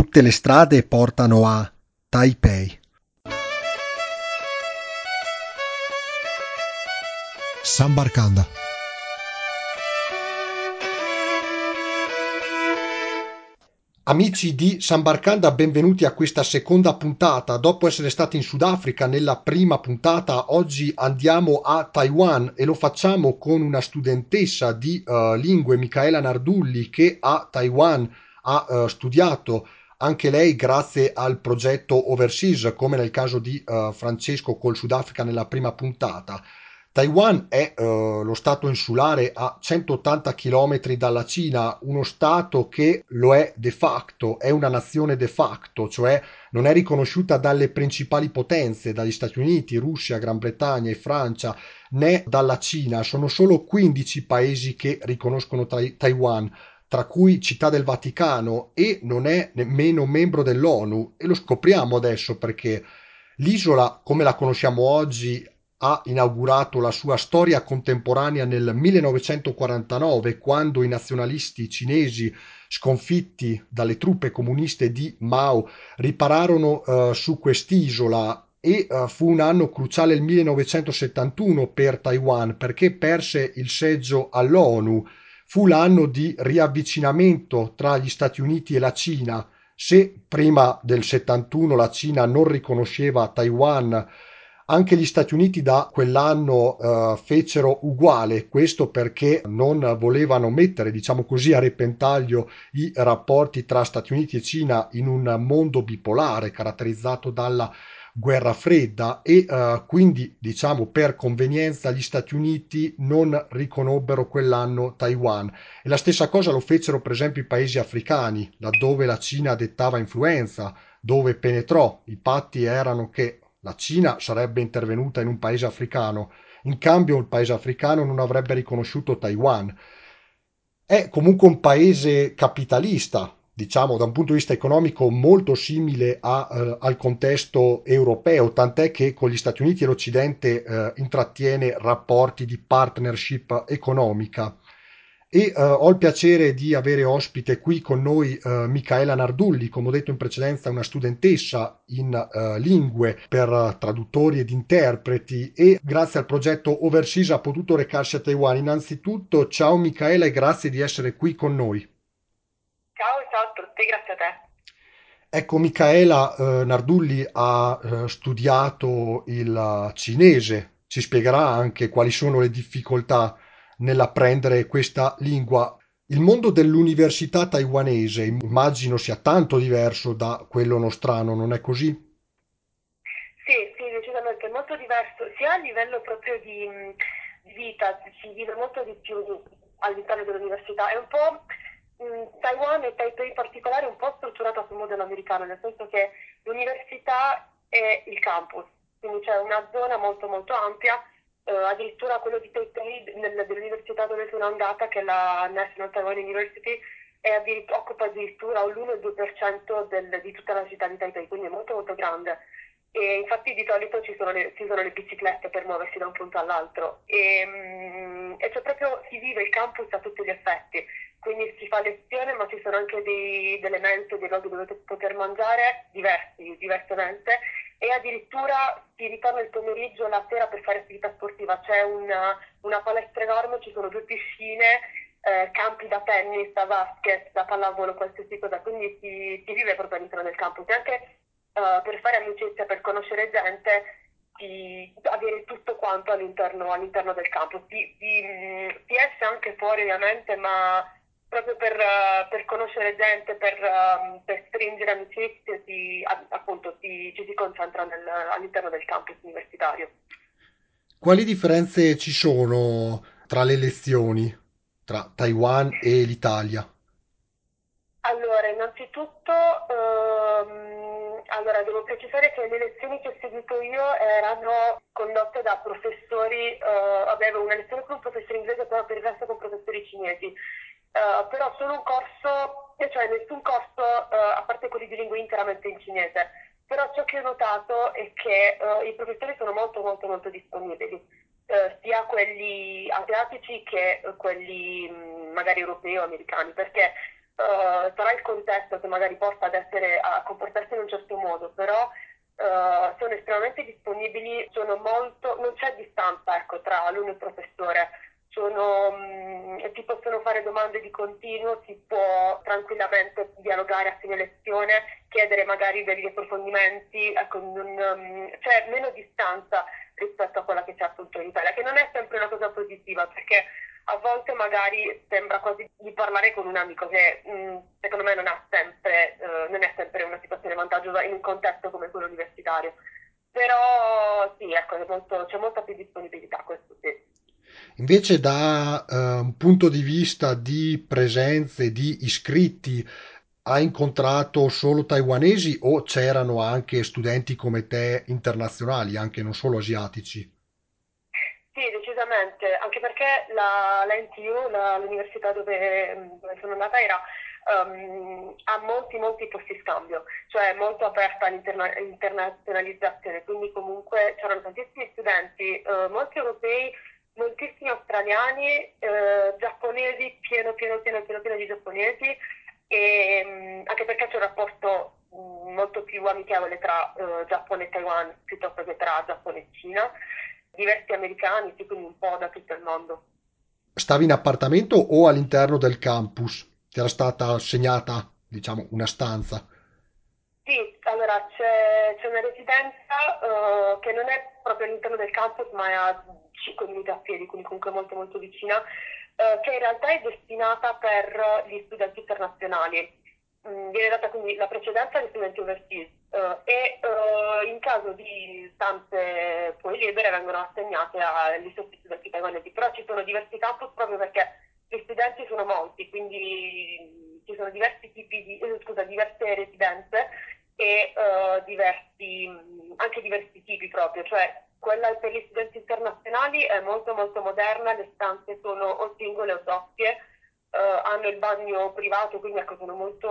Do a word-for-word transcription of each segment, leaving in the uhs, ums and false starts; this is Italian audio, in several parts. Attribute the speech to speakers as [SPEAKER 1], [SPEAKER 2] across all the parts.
[SPEAKER 1] tutte le strade portano a Taipei. Sambarcanda. Amici di Sambarcanda, benvenuti a questa seconda puntata. Dopo essere stati in Sudafrica nella prima puntata, oggi andiamo a Taiwan e lo facciamo con una studentessa di uh, lingue, Micaela Nardulli, che a Taiwan ha uh, studiato anche lei grazie al progetto Overseas, come nel caso di uh, Francesco col Sudafrica nella prima puntata. Taiwan è eh, lo stato insulare a centottanta chilometri dalla Cina, uno stato che lo è de facto, è una nazione de facto, cioè non è riconosciuta dalle principali potenze, dagli Stati Uniti, Russia, Gran Bretagna e Francia, né dalla Cina. Sono solo quindici paesi che riconoscono Tai- Taiwan, tra cui Città del Vaticano, e non è nemmeno membro dell'ONU, e lo scopriamo adesso perché l'isola, come la conosciamo oggi, ha inaugurato la sua storia contemporanea nel millenovecentoquarantanove, quando i nazionalisti cinesi, sconfitti dalle truppe comuniste di Mao, ripararono eh, su quest'isola. E uh, fu un anno cruciale il millenovecentosettantuno per Taiwan, perché perse il seggio all'ONU. Fu l'anno di riavvicinamento tra gli Stati Uniti e la Cina. Se prima del settantuno la Cina non riconosceva Taiwan, anche gli Stati Uniti da quell'anno eh, fecero uguale, questo perché non volevano mettere, diciamo così, a repentaglio i rapporti tra Stati Uniti e Cina in un mondo bipolare caratterizzato dalla guerra fredda, e eh, quindi, diciamo, per convenienza gli Stati Uniti non riconobbero quell'anno Taiwan. E la stessa cosa lo fecero per esempio i paesi africani, laddove la Cina dettava influenza, dove penetrò. I patti erano che la Cina sarebbe intervenuta in un paese africano, in cambio il paese africano non avrebbe riconosciuto Taiwan. È comunque un paese capitalista, diciamo da un punto di vista economico molto simile a, eh, al contesto europeo, tant'è che con gli Stati Uniti e l'Occidente eh, intrattiene rapporti di partnership economica. E eh, ho il piacere di avere ospite qui con noi eh, Micaela Nardulli, come ho detto in precedenza, una studentessa in eh, lingue per eh, traduttori ed interpreti, e grazie al progetto Overseas ha potuto recarsi a Taiwan. Innanzitutto, ciao Micaela e grazie di essere qui con noi.
[SPEAKER 2] Ciao, ciao a tutti, grazie a te.
[SPEAKER 1] Ecco, Micaela eh, Nardulli ha eh, studiato il eh, cinese, ci spiegherà anche quali sono le difficoltà nell'apprendere questa lingua. Il mondo dell'università taiwanese immagino sia tanto diverso da quello nostrano, non è così?
[SPEAKER 2] Sì, sì, decisamente è molto diverso, sia a livello proprio di, mh, di vita, si vive molto di più all'interno dell'università. È un po', mh, Taiwan e Taipei in particolare è un po' strutturata sul modello americano, nel senso che l'università è il campus, quindi c'è una zona molto molto ampia, eh, addirittura quello di Taipei, nel- dell'università dove sono andata, che è la National Taiwan University, è addirittu- occupa addirittura l'uno o il due per cento del- di tutta la città di Taipei, quindi è molto molto grande. E infatti di solito ci sono le, ci sono le biciclette per muoversi da un punto all'altro e, mm, e c'è proprio, si vive il campus a tutti gli effetti, quindi si fa lezione ma ci sono anche dei, delle mense, dei luoghi dove poter mangiare diversi, diversamente, e addirittura si ritorna il pomeriggio, la sera per fare attività sportiva, c'è una, una palestra enorme, ci sono due piscine, eh, campi da tennis, da basket, da pallavolo, qualsiasi cosa, quindi si, si vive proprio all'interno del campus. E anche eh, per fare amicizia, per conoscere gente, di avere tutto quanto all'interno, all'interno del campus. Si, si, mh, si esce anche fuori ovviamente, ma proprio per, eh, per conoscere gente, per, ehm, per stringere amicizie, si, a- appunto, si, ci si concentra nel- all'interno del campus universitario.
[SPEAKER 1] Quali differenze ci sono tra le lezioni tra Taiwan e l'Italia?
[SPEAKER 2] Allora, innanzitutto, ehm, allora, devo precisare che le lezioni che ho seguito io erano condotte da professori, eh, avevo una lezione con un professore inglese, però per il resto con professori cinesi. Eh, però solo un corso, e cioè nessun corso, eh, a parte quelli di lingua interamente in cinese. Però ciò che ho notato è che eh, i professori sono molto molto molto disponibili, eh, sia quelli asiatici che eh, quelli mh, magari europei o americani, perché Uh, sarà il contesto che magari porta ad essere, a comportarsi in un certo modo, però uh, sono estremamente disponibili, sono molto, non c'è distanza, ecco, tra alunno e professore, sono, mh, ti possono fare domande di continuo, si può tranquillamente dialogare a fine lezione, chiedere magari degli approfondimenti, ecco, non, um, c'è meno distanza rispetto a quella che c'è appunto in Italia, che non è sempre una cosa positiva, perché a volte magari sembra quasi di parlare con un amico che mh, secondo me non, ha sempre, eh, non è sempre una situazione vantaggiosa in un contesto come quello universitario. Però sì, ecco, c'è, molto, c'è molta più disponibilità, questo sì.
[SPEAKER 1] Invece da eh, un punto di vista di presenze, di iscritti, hai incontrato solo taiwanesi o c'erano anche studenti come te internazionali, anche non solo asiatici?
[SPEAKER 2] Sì, decisamente, anche perché la, la N T U, la- l'università dove, dove sono andata, era, ehm, ha molti, molti posti scambio, cioè molto aperta all'internazionalizzazione, quindi comunque c'erano tantissimi studenti, eh, molti europei, moltissimi australiani, eh, giapponesi, pieno, pieno, pieno, pieno, pieno di giapponesi, e, mh, anche perché c'è un rapporto mh, molto più amichevole tra eh, Giappone e Taiwan piuttosto che tra Giappone e Cina, diversi americani, sì, quindi un po' da tutto il mondo.
[SPEAKER 1] Stavi in appartamento o all'interno del campus? Ti era stata assegnata, diciamo, una stanza?
[SPEAKER 2] Sì, allora c'è, c'è una residenza eh, che non è proprio all'interno del campus, ma è a cinque minuti a piedi, quindi comunque molto molto vicina, eh, che in realtà è destinata per gli studenti internazionali. Mm, viene data quindi la precedenza agli studenti overseas eh, e eh, in caso di stanze poi libere vengono assegnate agli stessi studenti taiwanesi, però ci sono diversi campus proprio perché gli studenti sono molti, quindi ci sono diversi tipi di, eh, scusa, diverse residenze e eh, diversi, anche diversi tipi proprio, cioè quella per gli studenti internazionali è molto molto moderna, le stanze sono o singole o doppie, eh, hanno il bagno privato, quindi ecco, sono molto,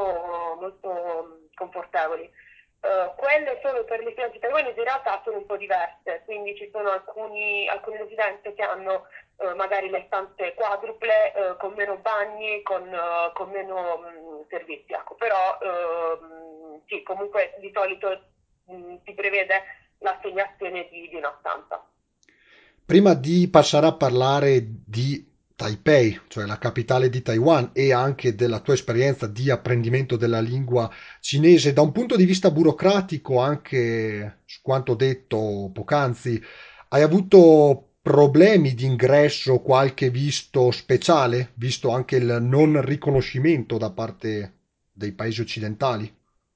[SPEAKER 2] molto confortevoli. Uh, quelle solo per gli studenti taiwanesi in realtà sono un po' diverse, quindi ci sono alcuni, alcune residenze che hanno uh, magari le stanze quadruple, uh, con meno bagni, con, uh, con meno mh, servizi, ecco. Però uh, sì, comunque di solito mh, si prevede l'assegnazione di, di una stanza.
[SPEAKER 1] Prima di passare a parlare di Taipei, cioè la capitale di Taiwan, e anche della tua esperienza di apprendimento della lingua cinese, da un punto di vista burocratico, anche su quanto detto poc'anzi, hai avuto problemi di ingresso, qualche visto speciale, visto anche il non riconoscimento da parte dei paesi occidentali?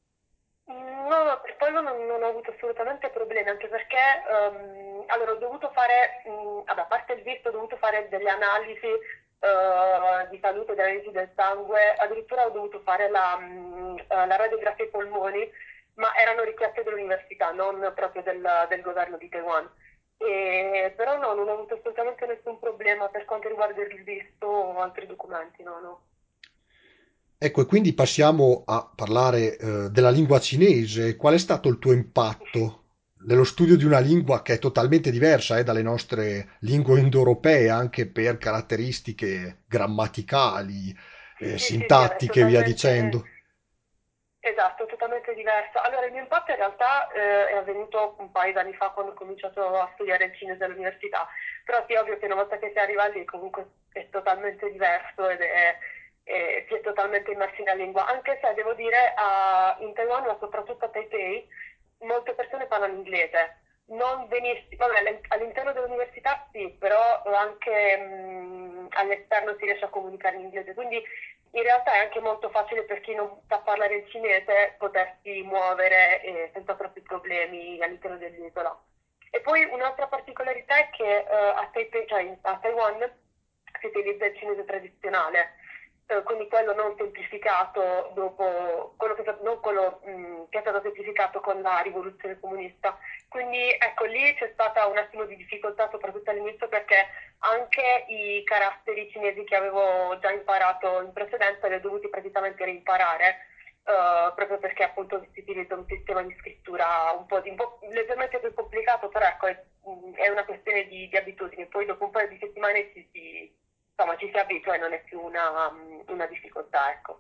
[SPEAKER 2] No, no, per quello non, non ho avuto assolutamente problemi, anche perché ehm, allora ho dovuto fare, mh, vabbè, a parte il visto, ho dovuto fare delle analisi eh, di salute, delle analisi del sangue, addirittura ho dovuto fare la, mh, eh, la radiografia ai polmoni, ma erano richieste dell'università, non proprio del, del governo di Taiwan. E, però no, non ho avuto assolutamente nessun problema per quanto riguarda il visto o altri documenti, no, no.
[SPEAKER 1] Ecco, e quindi passiamo a parlare eh, della lingua cinese. Qual è stato il tuo impatto nello studio di una lingua che è totalmente diversa eh, dalle nostre lingue indoeuropee, anche per caratteristiche grammaticali,
[SPEAKER 2] Sì,
[SPEAKER 1] eh,
[SPEAKER 2] sì, sì, sì, è
[SPEAKER 1] sintattiche e via
[SPEAKER 2] totalmente.
[SPEAKER 1] dicendo?
[SPEAKER 2] Esatto, totalmente diversa. Allora, il mio impatto in realtà eh, è avvenuto un paio d'anni fa quando ho cominciato a studiare il cinese all'università, però sì, ovvio che una volta che si arriva lì comunque è totalmente diverso ed è, è- si è totalmente immersi nella lingua, anche se devo dire a- in Taiwan, ma soprattutto a Taipei, molte persone parlano inglese. Non benissimo, vabbè, all'interno dell'università sì, però anche mh, all'esterno si riesce a comunicare in inglese, quindi in realtà è anche molto facile per chi non sa parlare il cinese potersi muovere eh, senza troppi problemi all'interno dell'isola. E poi un'altra particolarità è che eh, a, Taipei, cioè a Taiwan si utilizza il cinese tradizionale, eh, quindi quello non semplificato dopo, quello che, non quello mh, che è stato semplificato con la rivoluzione comunista. Quindi ecco lì c'è stata un attimo di difficoltà soprattutto all'inizio perché anche i caratteri cinesi che avevo già imparato in precedenza li ho dovuti praticamente reimparare, eh, proprio perché appunto si utilizza un sistema di scrittura un po', di, un po' leggermente più complicato, però ecco è, è una questione di, di abitudini. Poi dopo un paio di settimane ci si, insomma, ci si abitua e non è più una, una difficoltà, ecco.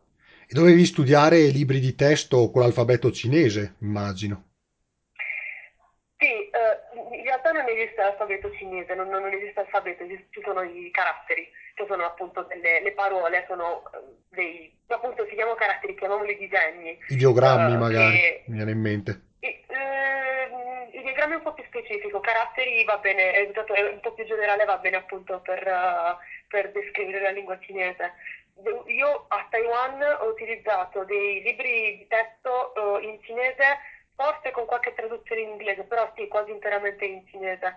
[SPEAKER 1] E dovevi studiare libri di testo con l'alfabeto cinese, immagino.
[SPEAKER 2] Sì, eh, in realtà non esiste l'alfabeto cinese, non, non esiste alfabeto, esist- ci sono i caratteri, che sono appunto delle le parole, sono eh, dei, appunto si chiamano caratteri, chiamiamoli disegni,
[SPEAKER 1] Ideogrammi,
[SPEAKER 2] eh,
[SPEAKER 1] magari, mi
[SPEAKER 2] che
[SPEAKER 1] viene in mente.
[SPEAKER 2] i- ehm, il diagramma è un po' più specifico, caratteri va bene, è usato- è un po' più generale, va bene appunto per, eh, per descrivere la lingua cinese. De- Io a Taiwan ho utilizzato dei libri di testo eh, in cinese, forse con qualche traduzione in inglese, però sì, quasi interamente in cinese.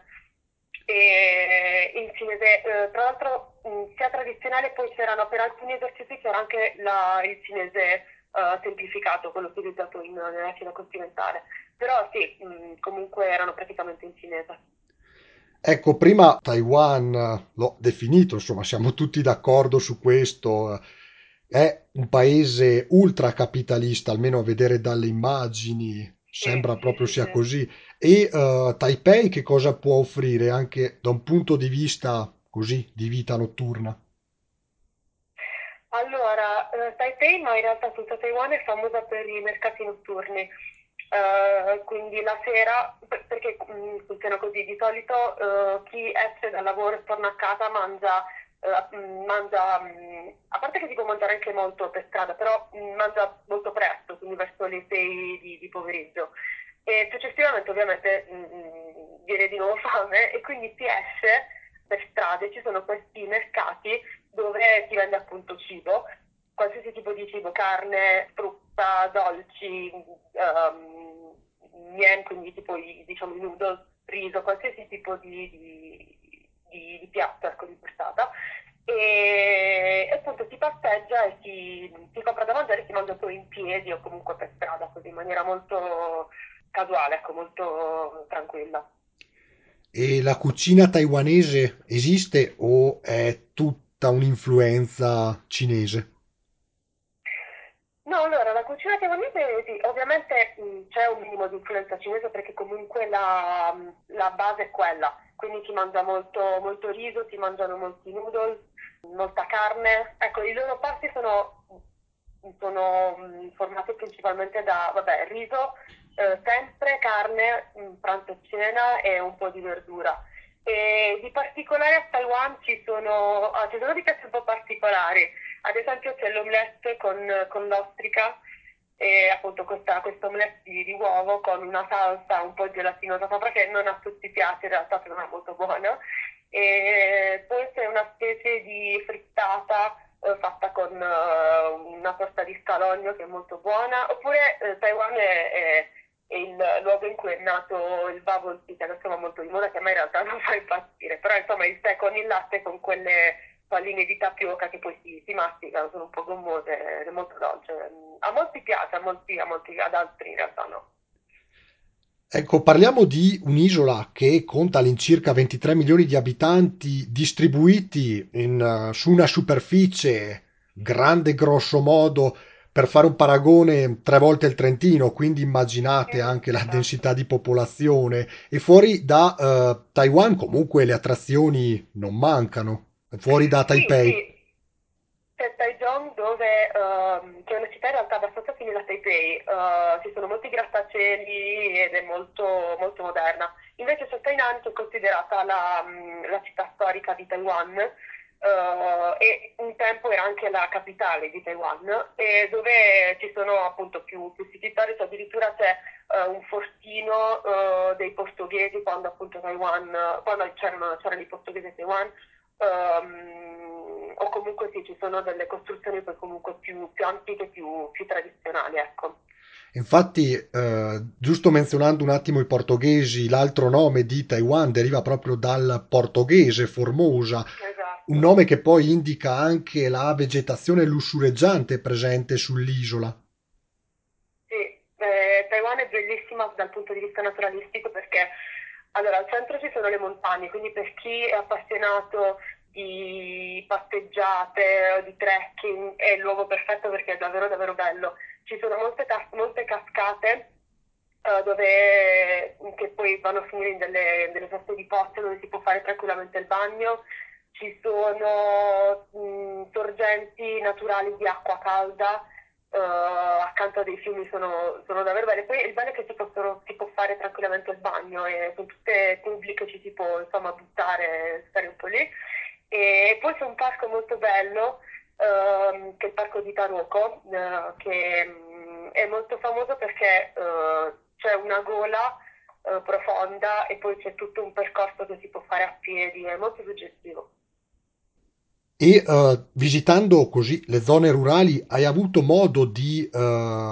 [SPEAKER 2] E in cinese, eh, tra l'altro, mh, sia tradizionale, poi c'erano per alcuni esercizi c'era anche la- il cinese eh, semplificato, quello utilizzato in- nella Cina continentale. Però sì, mh, comunque erano praticamente in cinese.
[SPEAKER 1] Ecco, prima Taiwan eh, l'ho definito, insomma, siamo tutti d'accordo su questo. eh, È un paese ultracapitalista, almeno a vedere dalle immagini,
[SPEAKER 2] Sì,
[SPEAKER 1] sembra
[SPEAKER 2] sì,
[SPEAKER 1] proprio
[SPEAKER 2] sì,
[SPEAKER 1] sia
[SPEAKER 2] sì.
[SPEAKER 1] così. E eh, Taipei che cosa può offrire anche da un punto di vista così di vita notturna?
[SPEAKER 2] Allora, eh, Taipei, ma in realtà tutta Taiwan è famosa per i mercati notturni. Eh, quindi la sera, per- perché mh, funziona così, di solito eh, chi esce dal lavoro e torna a casa mangia, eh, mh, mangia mh, a parte che si può mangiare anche molto per strada, però mh, mangia molto presto, quindi verso le sei di, di pomeriggio. E successivamente ovviamente mh, mh, viene di nuovo fame e quindi si esce per strade, ci sono questi mercati dove si vende appunto cibo, qualsiasi tipo di cibo, carne, frutta, dolci, ehm, mien, quindi tipo i, diciamo, i noodles, riso, qualsiasi tipo di, di, di, di piatto ecco, di portata. E, e appunto si passeggia e si, si compra da mangiare e si mangia poi in piedi o comunque per strada, così in maniera molto casuale, ecco, molto tranquilla.
[SPEAKER 1] E la cucina taiwanese esiste o è tutta un'influenza cinese?
[SPEAKER 2] No, allora la cucina taiwanese sì, ovviamente mh, c'è un minimo di influenza cinese perché comunque la, mh, la base è quella, quindi si mangia molto, molto riso, si mangiano molti noodles, molta carne. Ecco, i loro pasti sono, sono mh, formati principalmente da, vabbè, riso, eh, sempre carne, mh, pranzo e cena e un po' di verdura. E di particolare a Taiwan ci sono, ah, ci sono dei piatti un po' particolari. Ad esempio c'è l'omelette con, con l'ostrica e appunto questa, questo omelette di, di uovo con una salsa un po' gelatinosa sopra che non a tutti piace, in realtà però è molto buona. E poi c'è una specie di frittata eh, fatta con eh, una sorta di scalogno che è molto buona. Oppure eh, Taiwan è, è- è il luogo in cui è nato il bubble tea, che adesso va molto di moda, che a me in realtà non fa impazzire, però insomma il tè con il latte con quelle palline di tapioca che poi si, si masticano, sono un po' gommose ed è molto dolce. A molti piace, a molti, a molti, ad altri in realtà no.
[SPEAKER 1] Ecco, parliamo di un'isola che conta all'incirca ventitré milioni di abitanti distribuiti in, eh, su una superficie grande grosso modo, per fare un paragone, tre volte il Trentino, quindi immaginate
[SPEAKER 2] Mhm,
[SPEAKER 1] anche la
[SPEAKER 2] esatto.
[SPEAKER 1] densità di popolazione. E fuori da eh, Taiwan comunque le attrazioni non mancano, fuori da
[SPEAKER 2] Sì,
[SPEAKER 1] Taipei.
[SPEAKER 2] sì, c'è Taichung dove, ehm, che è una città in realtà abbastanza simile a Taipei, eh, ci sono molti grattacieli ed è molto, molto moderna. Invece c'è Tainan che è considerata la, mh, la città storica di Taiwan eh, e un tempo era anche la capitale di Taiwan e dove ci sono appunto più, più siti storici, addirittura c'è eh, un fortino eh, dei portoghesi quando appunto Taiwan, quando c'erano, c'erano i portoghesi a Taiwan. Ehm, o comunque sì, ci sono delle costruzioni poi comunque più, più antiche, più, più tradizionali, ecco.
[SPEAKER 1] Infatti, eh, giusto menzionando un attimo i portoghesi, l'altro nome di Taiwan deriva proprio dal portoghese Formosa, un
[SPEAKER 2] Esatto.
[SPEAKER 1] nome che poi indica anche la vegetazione lussureggiante presente sull'isola.
[SPEAKER 2] Sì, eh, Taiwan è bellissima dal punto di vista naturalistico perché allora, al centro ci sono le montagne, quindi per chi è appassionato di passeggiate o di trekking è il luogo perfetto perché è davvero davvero bello. Ci sono molte, cas- molte cascate eh, dove, che poi vanno a finire in delle, delle sorte di pozze dove si può fare tranquillamente il bagno. Ci sono mh, sorgenti naturali di acqua calda accanto a dei fiumi sono, sono davvero belle. Poi il bello è che si, possono, si può fare tranquillamente il bagno e sono tutte pubbliche, ci si può insomma buttare, stare un po' lì. E poi c'è un parco molto bello, ehm, che è il parco di Taroko, eh, che mh, è molto famoso perché eh, c'è una gola eh, profonda e poi c'è tutto un percorso che si può fare a piedi, è molto suggestivo.
[SPEAKER 1] E eh, visitando così le zone rurali, hai avuto modo di eh,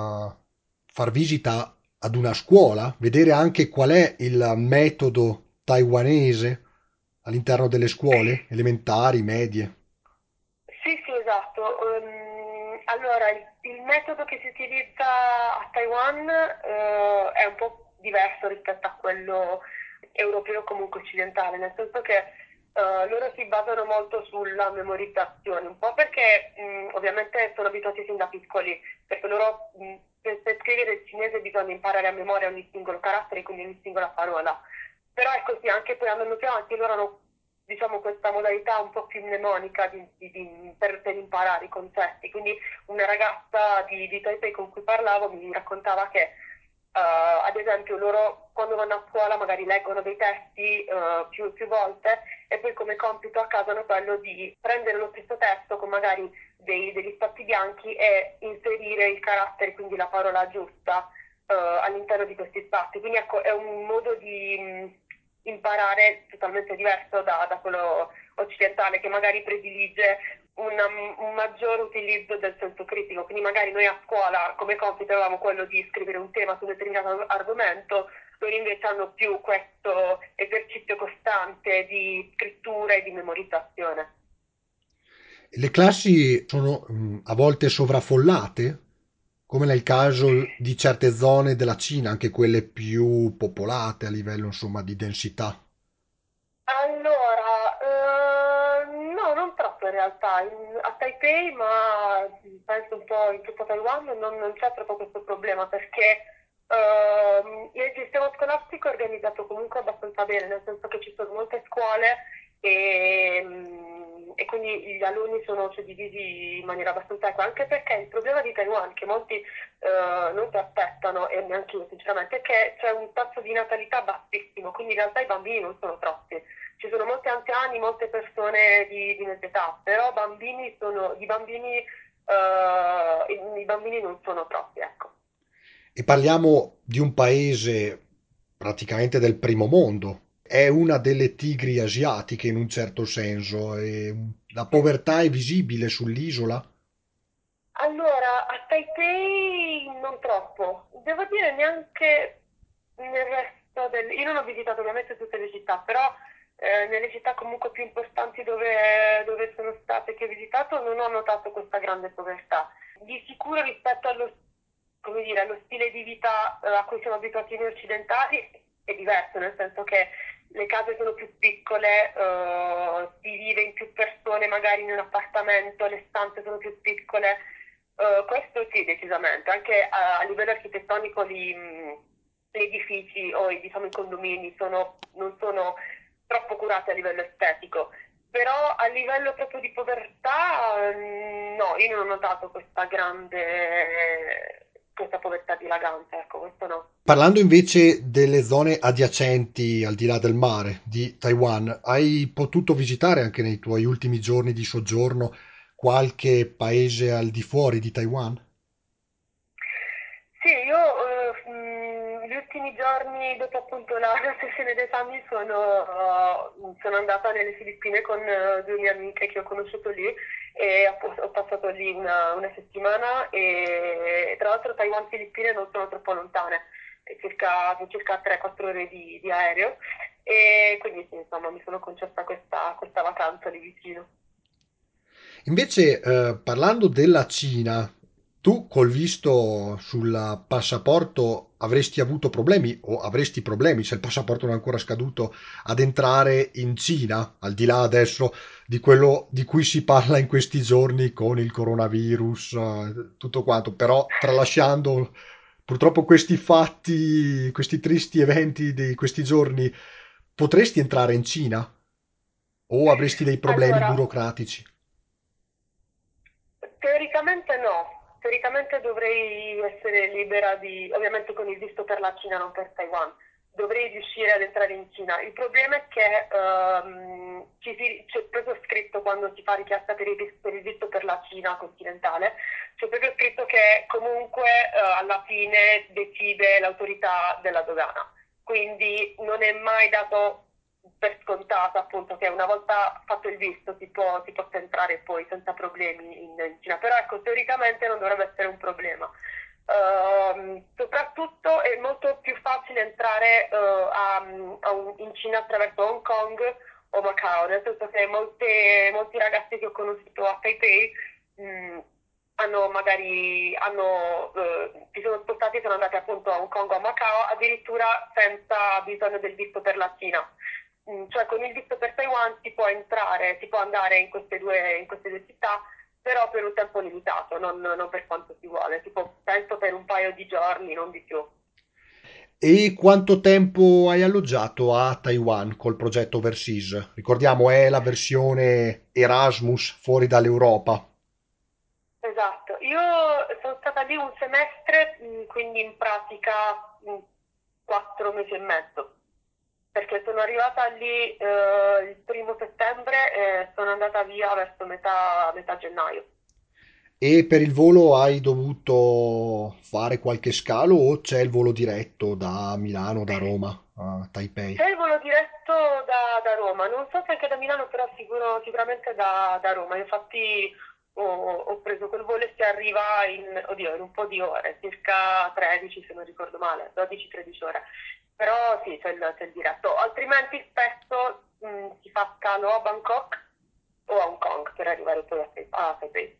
[SPEAKER 1] far visita ad una scuola, vedere anche qual è il metodo taiwanese all'interno delle scuole elementari, medie?
[SPEAKER 2] Sì, sì, esatto. Ehm, allora, il, il metodo che si utilizza a Taiwan eh, è un po' diverso rispetto a quello europeo, comunque occidentale, nel senso che eh, loro si basano molto sulla memorizzazione, un po' perché mh, ovviamente sono abituati sin da piccoli, perché loro mh, per, per scrivere il cinese bisogna imparare a memoria ogni singolo carattere, quindi ogni singola parola. Però è così, anche poi andando più avanti, loro hanno diciamo, questa modalità un po' più mnemonica di, di, di, per, per, imparare i concetti. Quindi una ragazza di, di Taipei con cui parlavo mi raccontava che, uh, ad esempio, loro quando vanno a scuola magari leggono dei testi uh, più, più volte e poi come compito a casa hanno quello di prendere lo stesso testo con magari dei, degli spazi bianchi e inserire il carattere, quindi la parola giusta uh, all'interno di questi spazi. Quindi ecco, è un modo di mh, imparare totalmente diverso da, da quello occidentale che magari predilige una, un maggior utilizzo del senso critico. Quindi magari noi a scuola come compito avevamo quello di scrivere un tema su un determinato argomento, loro invece hanno più questo esercizio costante di scrittura e di memorizzazione.
[SPEAKER 1] Le classi sono mh, a volte sovraffollate, come nel caso di certe zone della Cina, anche quelle più popolate a livello, insomma, di densità.
[SPEAKER 2] Allora, eh, no, non troppo in realtà. In- a Taipei, ma penso un po' in tutto Taiwan, non, non c'è proprio questo problema perché ehm, il sistema scolastico è organizzato comunque abbastanza bene, nel senso che ci sono molte scuole e, mm, e quindi gli alunni sono suddivisi in maniera abbastanza equa, anche perché il problema di Taiwan, che molti eh, non si aspettano, e neanche io sinceramente, è che c'è un tasso di natalità bassissimo, quindi in realtà i bambini non sono troppi. Ci sono molti anziani, molte persone di, di mezza età, però bambini sono, di bambini, eh, i, i bambini non sono troppi, ecco.
[SPEAKER 1] E parliamo di un paese praticamente del primo mondo. È una delle tigri asiatiche in un certo senso. E la povertà è visibile sull'isola.
[SPEAKER 2] Allora, a Taipei non troppo, devo dire neanche nel resto del... Io non ho visitato ovviamente tutte le città, però eh, nelle città comunque più importanti dove, dove sono state che ho visitato non ho notato questa grande povertà. Di sicuro rispetto allo, come dire, allo stile di vita eh, a cui siamo abituati noi occidentali è diverso, nel senso che le case sono più piccole, eh, si vive in più persone magari in un appartamento, le stanze sono più piccole. Eh, questo sì, decisamente, anche a, a livello architettonico gli, mh, gli edifici o i, diciamo, i condomini sono, non sono troppo curati a livello estetico, però a livello proprio di povertà, mh, no, io non ho notato questa grande, questa povertà dilagante, ecco, questo no.
[SPEAKER 1] Parlando invece delle zone adiacenti al di là del mare di Taiwan, hai potuto visitare anche nei tuoi ultimi giorni di soggiorno qualche paese al di fuori di Taiwan?
[SPEAKER 2] Sì, io eh, mh, gli ultimi giorni dopo appunto la, la sessione d'esami sono, uh, sono andata nelle Filippine con uh, due mie amiche che ho conosciuto lì e ho, ho passato lì una, una settimana e tra l'altro Taiwan e Filippine non sono troppo lontane, è circa, sono circa tre quattro ore di, di aereo e quindi sì, insomma mi sono concessa questa, questa vacanza lì vicino.
[SPEAKER 1] Invece, eh, parlando della Cina, tu col visto sul passaporto avresti avuto problemi o avresti problemi se il passaporto non è ancora scaduto ad entrare in Cina, al di là adesso di quello di cui si parla in questi giorni con il coronavirus, eh, tutto quanto, però tralasciando purtroppo questi fatti, questi tristi eventi di questi giorni, potresti entrare in Cina o avresti dei problemi
[SPEAKER 2] Allora,
[SPEAKER 1] burocratici?
[SPEAKER 2] teoricamente no, teoricamente dovrei essere libera di, ovviamente con il visto per la Cina, non per Taiwan, dovrei riuscire ad entrare in Cina. Il problema è che ehm, ci si- c'è proprio scritto quando si fa richiesta per il, vis- per il visto per la Cina continentale, c'è proprio scritto che comunque eh, alla fine decide l'autorità della dogana. Quindi non è mai dato per scontato appunto che una volta fatto il visto si può, si possa entrare poi senza problemi in, in Cina, però ecco teoricamente non dovrebbe essere un problema. Uh, soprattutto è molto più facile entrare uh, a, a un, in Cina attraverso Hong Kong o Macao, nel senso che molte, molti ragazzi che ho conosciuto a Taipei mh, hanno magari hanno, uh, si sono spostati e sono andati appunto a Hong Kong o a Macao addirittura senza bisogno del visto per la Cina. Mm, cioè con il visto per Taiwan si può entrare, si può andare in queste due, in queste due città, però per un tempo limitato, non, non per quanto si vuole, tipo penso per un paio di giorni, non di più.
[SPEAKER 1] E quanto tempo hai alloggiato a Taiwan col progetto Overseas? Ricordiamo, è la versione Erasmus fuori dall'Europa.
[SPEAKER 2] Esatto, io sono stata lì un semestre, mm, quindi in pratica mm, quattro mesi e mezzo, perché sono arrivata lì eh, il primo settembre e sono andata via verso metà, metà gennaio.
[SPEAKER 1] E per il volo hai dovuto fare qualche scalo o c'è il volo diretto da Milano, da Roma a Taipei?
[SPEAKER 2] C'è il volo diretto da, da Roma, non so se anche da Milano, però sicuro, sicuramente da, da Roma. Infatti ho, ho preso quel volo e si arriva in, oddio, in un po' di ore, circa tredici se non ricordo male, dodici tredici ore. Però sì, c'è il, c'è il diretto. Altrimenti spesso mh, si fa scalo a Bangkok o a Hong Kong per arrivare poi a, Tai- a Taipei.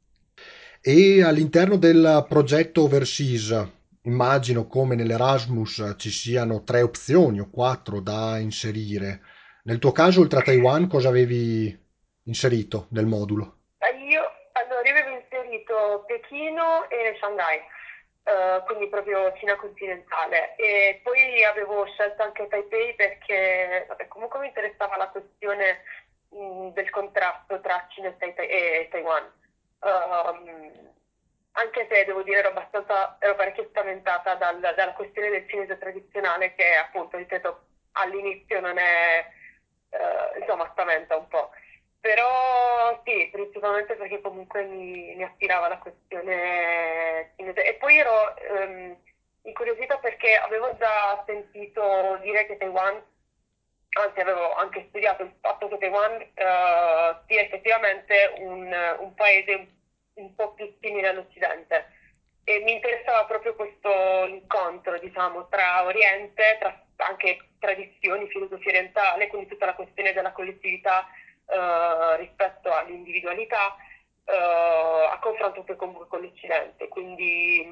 [SPEAKER 1] E all'interno del progetto Overseas, immagino come nell'Erasmus ci siano tre opzioni o quattro da inserire. Nel tuo caso, oltre a Taiwan, cosa avevi inserito nel modulo?
[SPEAKER 2] Eh, Io, allora, io avevo inserito Pechino e Shanghai, eh, quindi proprio Cina continentale. E poi avevo scelto anche Taipei perché vabbè, comunque mi interessava la questione mh, del contrasto tra Cina e, Taipei- e Taiwan. Um, Anche se devo dire ero abbastanza, ero parecchio spaventata dal- dalla questione del cinese tradizionale che appunto, ripeto, all'inizio non è, eh, insomma, spaventa un po'. Però sì, principalmente perché comunque mi, mi attirava la questione cinese. E poi ero ehm, incuriosita perché avevo già sentito dire che Taiwan, anzi avevo anche studiato il fatto che Taiwan eh, sia effettivamente un, un paese un, un po' più simile all'Occidente. E mi interessava proprio questo incontro, diciamo, tra Oriente, tra anche tradizioni, filosofia orientale, quindi tutta la questione della collettività eh, rispetto all'individualità, eh, a confronto poi comunque con l'Occidente. Quindi,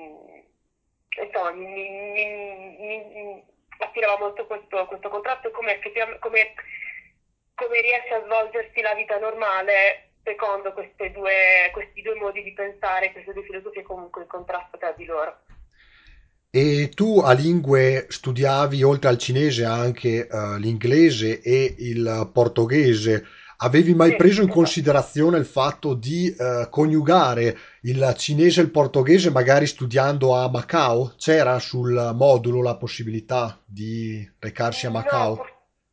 [SPEAKER 2] mh, insomma, mi, mi, mi, mi attirava molto questo, questo contrasto e come, effettivamente, come, come riesce a svolgersi la vita normale secondo queste due, questi due modi di pensare, queste due filosofie comunque in contrasto tra di loro.
[SPEAKER 1] E tu a lingue studiavi oltre al cinese anche eh, l'inglese e il portoghese. Avevi mai
[SPEAKER 2] Sì,
[SPEAKER 1] preso in
[SPEAKER 2] esatto.
[SPEAKER 1] considerazione il fatto di eh, coniugare il cinese e il portoghese magari studiando a Macao? C'era sul modulo la possibilità di recarsi a
[SPEAKER 2] No,
[SPEAKER 1] Macao?
[SPEAKER 2] pur-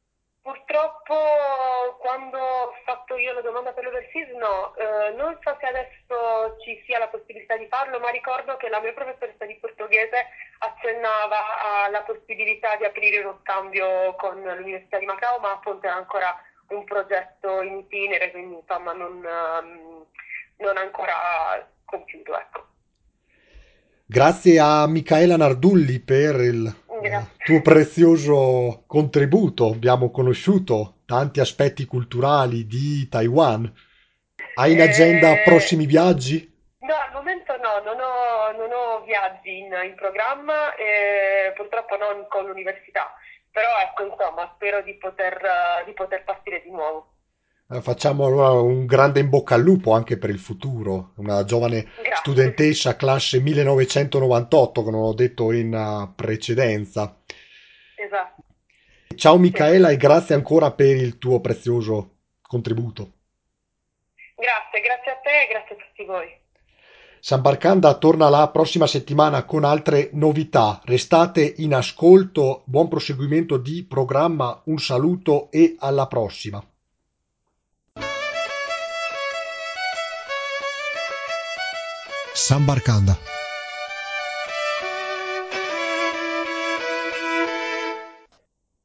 [SPEAKER 2] purtroppo quando ho fatto io la domanda per l'overseas, no. Eh, non so se adesso ci sia la possibilità di farlo, ma ricordo che la mia professoressa di portoghese accennava alla possibilità di aprire uno scambio con l'Università di Macao, ma appunto era ancora un progetto in itinere, quindi insomma non, ehm, non ancora compiuto, ecco.
[SPEAKER 1] Grazie a Michaela Nardulli per il eh,
[SPEAKER 2] Grazie.
[SPEAKER 1] tuo prezioso contributo. Abbiamo conosciuto tanti aspetti culturali di Taiwan. Hai in agenda
[SPEAKER 2] Eh,
[SPEAKER 1] prossimi viaggi?
[SPEAKER 2] No, al momento no, non ho, non ho viaggi in, in programma, eh, purtroppo non con l'università, però ecco, insomma, spero di poter, eh, di poter partire di nuovo.
[SPEAKER 1] Eh, Facciamo allora un grande in bocca al lupo anche per il futuro. Una giovane
[SPEAKER 2] Grazie,
[SPEAKER 1] studentessa classe millenovecentonovantotto, che non ho detto in eh, precedenza.
[SPEAKER 2] esatto,
[SPEAKER 1] Ciao
[SPEAKER 2] sì.
[SPEAKER 1] Michaela e grazie ancora per il tuo prezioso contributo.
[SPEAKER 2] Grazie, grazie a te e grazie a tutti voi.
[SPEAKER 1] San Barcanda torna la prossima settimana con altre novità. Restate in ascolto, buon proseguimento di programma, un saluto e alla prossima.
[SPEAKER 3] San Barcanda.